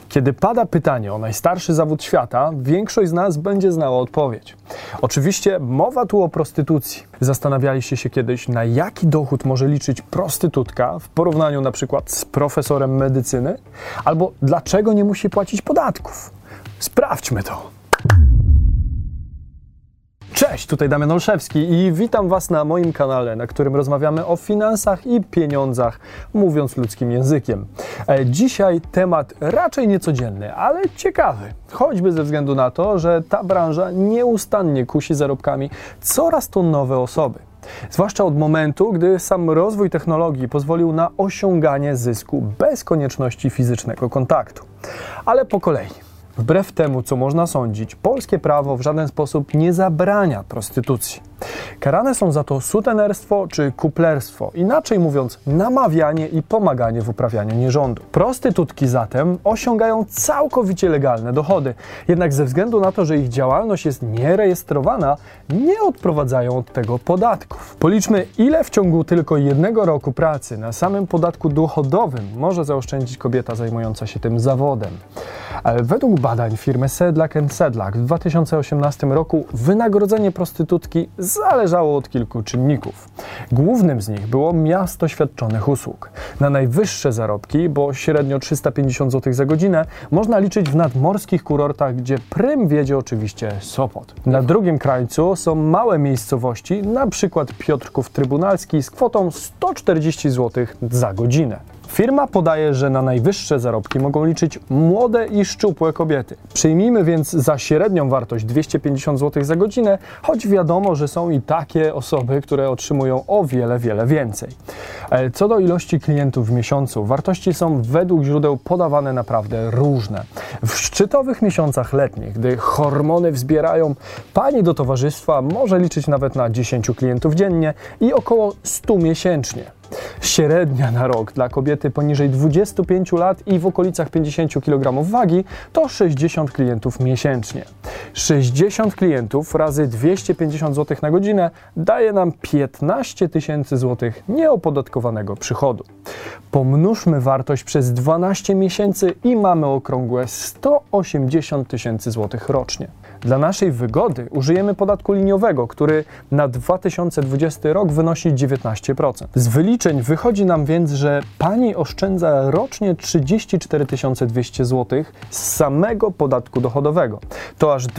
Kiedy pada pytanie o najstarszy zawód świata, większość z nas będzie znała odpowiedź. Oczywiście mowa tu o prostytucji. Zastanawialiście się kiedyś, na jaki dochód może liczyć prostytutka w porównaniu na przykład z profesorem medycyny? Albo dlaczego nie musi płacić podatków? Sprawdźmy to! Cześć, tutaj Damian Olszewski i witam Was na moim kanale, na którym rozmawiamy o finansach i pieniądzach, mówiąc ludzkim językiem. Dzisiaj temat raczej niecodzienny, ale ciekawy, choćby ze względu na to, że ta branża nieustannie kusi zarobkami coraz to nowe osoby. Zwłaszcza od momentu, gdy sam rozwój technologii pozwolił na osiąganie zysku bez konieczności fizycznego kontaktu. Ale po kolei. Wbrew temu, co można sądzić, polskie prawo w żaden sposób nie zabrania prostytucji. Karane są za to sutenerstwo czy kuplerstwo, inaczej mówiąc namawianie i pomaganie w uprawianiu nierządu. Prostytutki zatem osiągają całkowicie legalne dochody, jednak ze względu na to, że ich działalność jest nierejestrowana, nie odprowadzają od tego podatków. Policzmy, ile w ciągu tylko jednego roku pracy na samym podatku dochodowym może zaoszczędzić kobieta zajmująca się tym zawodem. Według badań firmy Sedlak & Sedlak w 2018 roku wynagrodzenie prostytutki zależało od kilku czynników. Głównym z nich było miasto świadczonych usług. Na najwyższe zarobki, bo średnio 350 zł za godzinę, można liczyć w nadmorskich kurortach, gdzie prym wiedzie oczywiście Sopot. Na drugim krańcu są małe miejscowości, na przykład Piotrków Trybunalski z kwotą 140 zł za godzinę. Firma podaje, że na najwyższe zarobki mogą liczyć młode i szczupłe kobiety. Przyjmijmy więc za średnią wartość 250 zł za godzinę, choć wiadomo, że są i takie osoby, które otrzymują o wiele więcej. Co do ilości klientów w miesiącu, wartości są według źródeł podawane naprawdę różne. W szczytowych miesiącach letnich, gdy hormony wzbierają, pani do towarzystwa może liczyć nawet na 10 klientów dziennie i około 100 miesięcznie. Średnia na rok dla kobiety poniżej 25 lat i w okolicach 50 kg wagi to 60 klientów miesięcznie. 60 klientów razy 250 zł na godzinę daje nam 15 tysięcy złotych nieopodatkowanego przychodu. Pomnóżmy wartość przez 12 miesięcy i mamy okrągłe 180 tysięcy złotych rocznie. Dla naszej wygody użyjemy podatku liniowego, który na 2020 rok wynosi 19%. Z wyliczeń wychodzi nam więc, że pani oszczędza rocznie 34 200 zł z samego podatku dochodowego. To aż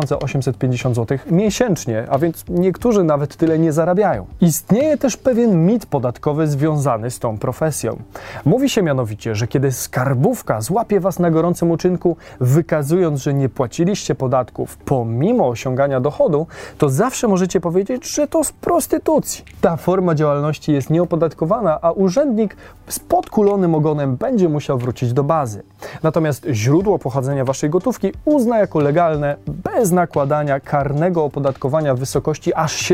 2850 zł miesięcznie, a więc niektórzy nawet tyle nie zarabiają. Istnieje też pewien mit podatkowy związany z tą profesją. Mówi się mianowicie, że kiedy skarbówka złapie was na gorącym uczynku, wykazując, że nie płaciliście podatków pomimo osiągania dochodu, to zawsze możecie powiedzieć, że to z prostytucji. Ta forma działalności jest nieopodatkowana, a urzędnik z podkulonym ogonem będzie musiał wrócić do bazy. Natomiast źródło pochodzenia waszej gotówki uzna jako legalne bez nakładania karnego opodatkowania w wysokości aż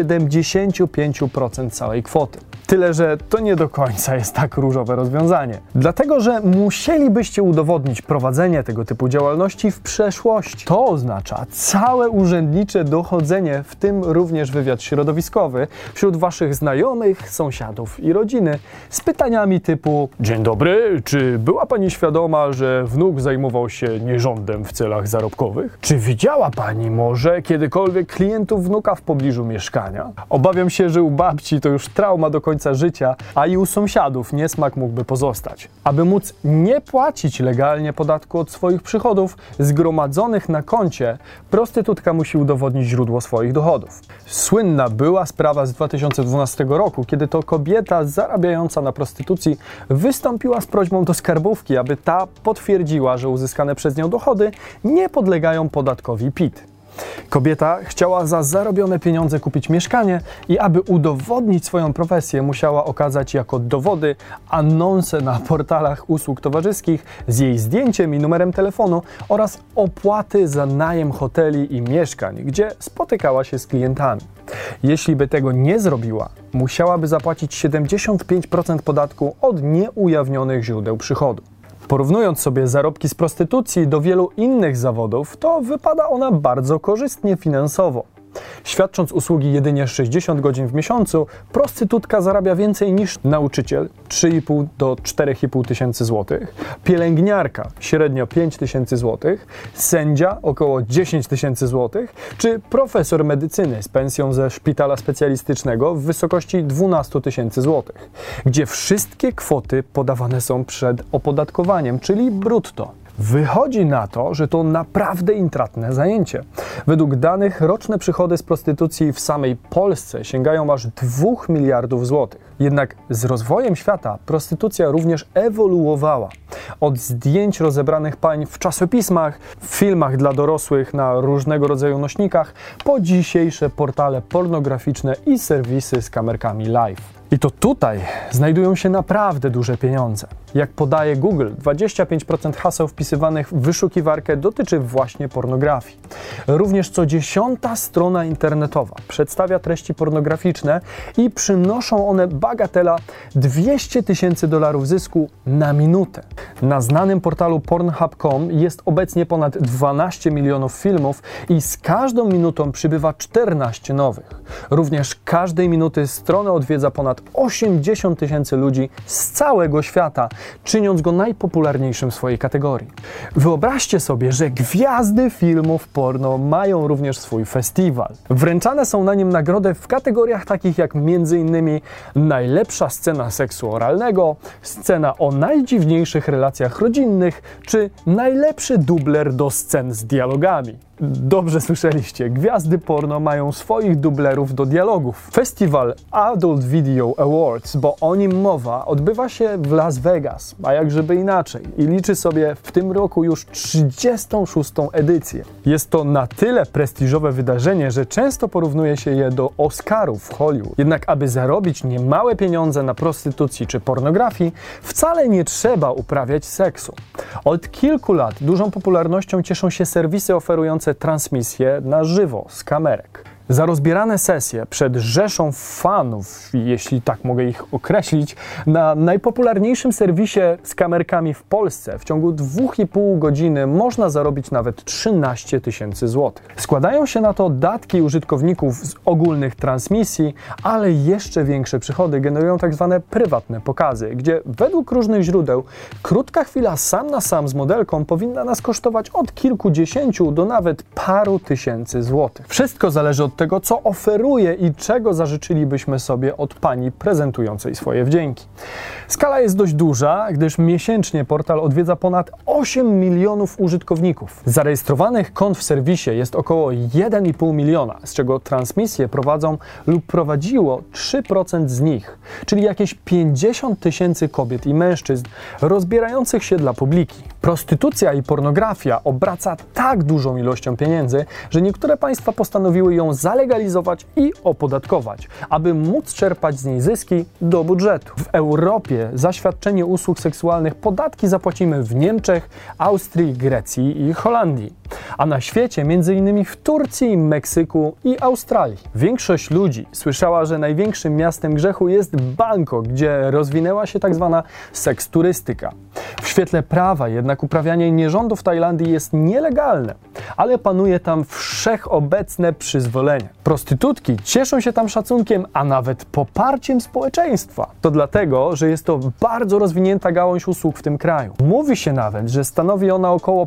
75% całej kwoty. Tyle, że to nie do końca jest tak różowe rozwiązanie. Dlatego, że musielibyście udowodnić prowadzenie tego typu działalności w przeszłości. To oznacza całe urzędnicze dochodzenie, w tym również wywiad środowiskowy, wśród waszych znajomych, sąsiadów i rodziny z pytaniami typu: dzień dobry, czy była pani świadoma, że wnuk zajmował się nierządem w celach zarobkowych? Czy widziała pani może kiedykolwiek klientów wnuka w pobliżu mieszkania? Obawiam się, że u babci to już trauma do końca życia, a i u sąsiadów niesmak mógłby pozostać. Aby móc nie płacić legalnie podatku od swoich przychodów zgromadzonych na koncie, prostytutka musi udowodnić źródło swoich dochodów. Słynna była sprawa z 2012 roku, kiedy to kobieta zarabiająca na prostytucji wystąpiła z prośbą do skarbówki, aby ta potwierdziła, że uzyskane przez nią dochody nie podlegają podatkowi PIT. Kobieta chciała za zarobione pieniądze kupić mieszkanie i aby udowodnić swoją profesję, musiała okazać jako dowody annonse na portalach usług towarzyskich z jej zdjęciem i numerem telefonu oraz opłaty za najem hoteli i mieszkań, gdzie spotykała się z klientami. Jeśli by tego nie zrobiła, musiałaby zapłacić 75% podatku od nieujawnionych źródeł przychodu. Porównując sobie zarobki z prostytucji do wielu innych zawodów, to wypada ona bardzo korzystnie finansowo. Świadcząc usługi jedynie 60 godzin w miesiącu, prostytutka zarabia więcej niż nauczyciel, 3,5 do 4,5 tysięcy złotych, pielęgniarka średnio 5 tysięcy złotych, sędzia około 10 tysięcy złotych, czy profesor medycyny z pensją ze szpitala specjalistycznego w wysokości 12 tysięcy złotych, gdzie wszystkie kwoty podawane są przed opodatkowaniem, czyli brutto. Wychodzi na to, że to naprawdę intratne zajęcie. Według danych roczne przychody z prostytucji w samej Polsce sięgają aż 2 miliardów złotych. Jednak z rozwojem świata prostytucja również ewoluowała. Od zdjęć rozebranych pań w czasopismach, w filmach dla dorosłych na różnego rodzaju nośnikach, po dzisiejsze portale pornograficzne i serwisy z kamerkami live. I to tutaj znajdują się naprawdę duże pieniądze. Jak podaje Google, 25% haseł wpisywanych w wyszukiwarkę dotyczy właśnie pornografii. Również co 10. strona internetowa przedstawia treści pornograficzne i przynoszą one bagatela $200,000 zysku na minutę. Na znanym portalu Pornhub.com jest obecnie ponad 12 milionów filmów i z każdą minutą przybywa 14 nowych. Również każdej minuty stronę odwiedza ponad 80 tysięcy ludzi z całego świata, czyniąc go najpopularniejszym w swojej kategorii. Wyobraźcie sobie, że gwiazdy filmów porno mają również swój festiwal. Wręczane są na nim nagrody w kategoriach takich jak m.in. najlepsza scena seksu oralnego, scena o najdziwniejszych relacjach rodzinnych, czy najlepszy dubler do scen z dialogami. Dobrze słyszeliście, gwiazdy porno mają swoich dublerów do dialogów. Festiwal Adult Video Awards, bo o nim mowa, odbywa się w Las Vegas, a jak żeby inaczej, i liczy sobie w tym roku już 36. edycję. Jest to na tyle prestiżowe wydarzenie, że często porównuje się je do Oscarów w Hollywood. Jednak aby zarobić niemałe pieniądze na prostytucji czy pornografii, wcale nie trzeba uprawiać seksu. Od kilku lat dużą popularnością cieszą się serwisy oferujące transmisje na żywo z kamerek. Za rozbierane sesje przed rzeszą fanów, jeśli tak mogę ich określić, na najpopularniejszym serwisie z kamerkami w Polsce w ciągu 2,5 godziny można zarobić nawet 13 tysięcy złotych. Składają się na to datki użytkowników z ogólnych transmisji, ale jeszcze większe przychody generują tak zwane prywatne pokazy, gdzie według różnych źródeł krótka chwila sam na sam z modelką powinna nas kosztować od kilkudziesięciu do nawet paru tysięcy złotych. Wszystko zależy od tego, co oferuje i czego zażyczylibyśmy sobie od pani prezentującej swoje wdzięki. Skala jest dość duża, gdyż miesięcznie portal odwiedza ponad 8 milionów użytkowników. Zarejestrowanych kont w serwisie jest około 1,5 miliona, z czego transmisje prowadzą lub prowadziło 3% z nich, czyli jakieś 50 tysięcy kobiet i mężczyzn rozbierających się dla publiki. Prostytucja i pornografia obraca tak dużą ilością pieniędzy, że niektóre państwa postanowiły ją zalegalizować i opodatkować, aby móc czerpać z niej zyski do budżetu. W Europie za świadczenie usług seksualnych podatki zapłacimy w Niemczech, Austrii, Grecji i Holandii, a na świecie m.in. w Turcji, Meksyku i Australii. Większość ludzi słyszała, że największym miastem grzechu jest Bangkok, gdzie rozwinęła się tak zwana seksturystyka. W świetle prawa jednak uprawianie nierządu w Tajlandii jest nielegalne, ale panuje tam wszechobecne przyzwolenie. Prostytutki cieszą się tam szacunkiem, a nawet poparciem społeczeństwa. To dlatego, że jest to bardzo rozwinięta gałąź usług w tym kraju. Mówi się nawet, że stanowi ona około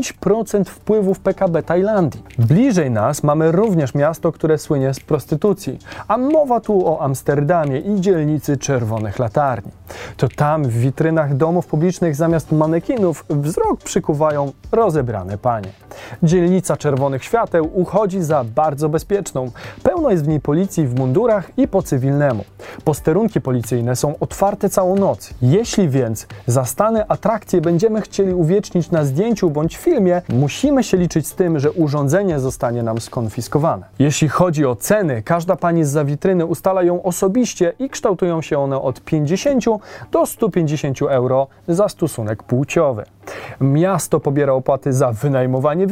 5% wpływów PKB Tajlandii. Bliżej nas mamy również miasto, które słynie z prostytucji, a mowa tu o Amsterdamie i dzielnicy Czerwonych Latarni. To tam w witrynach domów publicznych zamiast manekinów wzrok przykuwają rozebrane panie. Dzielnica Czerwonych Świateł uchodzi za bardzo bezpieczną. Pełno jest w niej policji w mundurach i po cywilnemu. Posterunki policyjne są otwarte całą noc. Jeśli więc zastane atrakcje będziemy chcieli uwiecznić na zdjęciu bądź filmie, musimy się liczyć z tym, że urządzenie zostanie nam skonfiskowane. Jeśli chodzi o ceny, każda pani zza witryny ustala ją osobiście i kształtują się one od 50 do 150 euro za stosunek płciowy. Miasto pobiera opłaty za wynajmowanie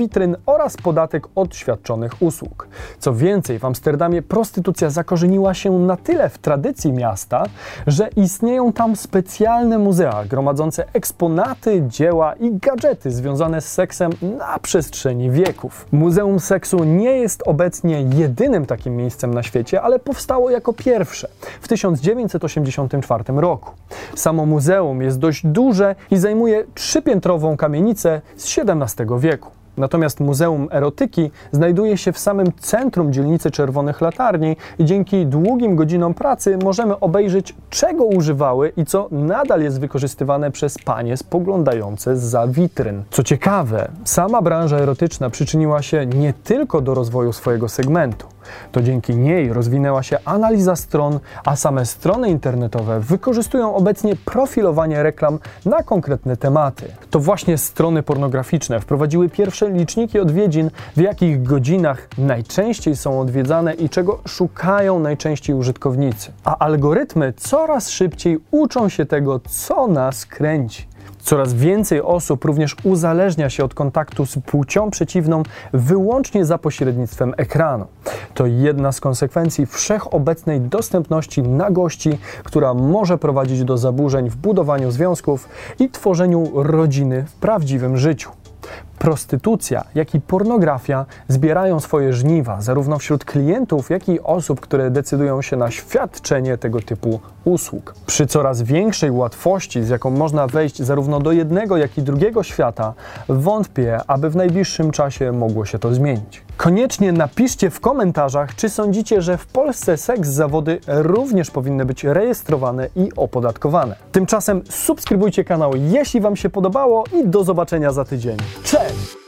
witryn oraz podatek od świadczonych usług. Co więcej, w Amsterdamie prostytucja zakorzeniła się na tyle w tradycji miasta, że istnieją tam specjalne muzea gromadzące eksponaty, dzieła i gadżety związane z seksem na przestrzeni wieków. Muzeum Seksu nie jest obecnie jedynym takim miejscem na świecie, ale powstało jako pierwsze w 1984 roku. Samo muzeum jest dość duże i zajmuje trzypiętrową kamienicę z XVII wieku. Natomiast Muzeum Erotyki znajduje się w samym centrum dzielnicy Czerwonych Latarni i dzięki długim godzinom pracy możemy obejrzeć, czego używały i co nadal jest wykorzystywane przez panie spoglądające zza witryn. Co ciekawe, sama branża erotyczna przyczyniła się nie tylko do rozwoju swojego segmentu. To dzięki niej rozwinęła się analiza stron, a same strony internetowe wykorzystują obecnie profilowanie reklam na konkretne tematy. To właśnie strony pornograficzne wprowadziły pierwsze liczniki odwiedzin, w jakich godzinach najczęściej są odwiedzane i czego szukają najczęściej użytkownicy. A algorytmy coraz szybciej uczą się tego, co nas kręci. Coraz więcej osób również uzależnia się od kontaktu z płcią przeciwną wyłącznie za pośrednictwem ekranu. To jedna z konsekwencji wszechobecnej dostępności nagości, która może prowadzić do zaburzeń w budowaniu związków i tworzeniu rodziny w prawdziwym życiu. Prostytucja, jak i pornografia zbierają swoje żniwa zarówno wśród klientów, jak i osób, które decydują się na świadczenie tego typu usług. Przy coraz większej łatwości, z jaką można wejść zarówno do jednego, jak i drugiego świata, wątpię, aby w najbliższym czasie mogło się to zmienić. Koniecznie napiszcie w komentarzach, czy sądzicie, że w Polsce seks zawody również powinny być rejestrowane i opodatkowane. Tymczasem subskrybujcie kanał, jeśli Wam się podobało i do zobaczenia za tydzień. Cześć!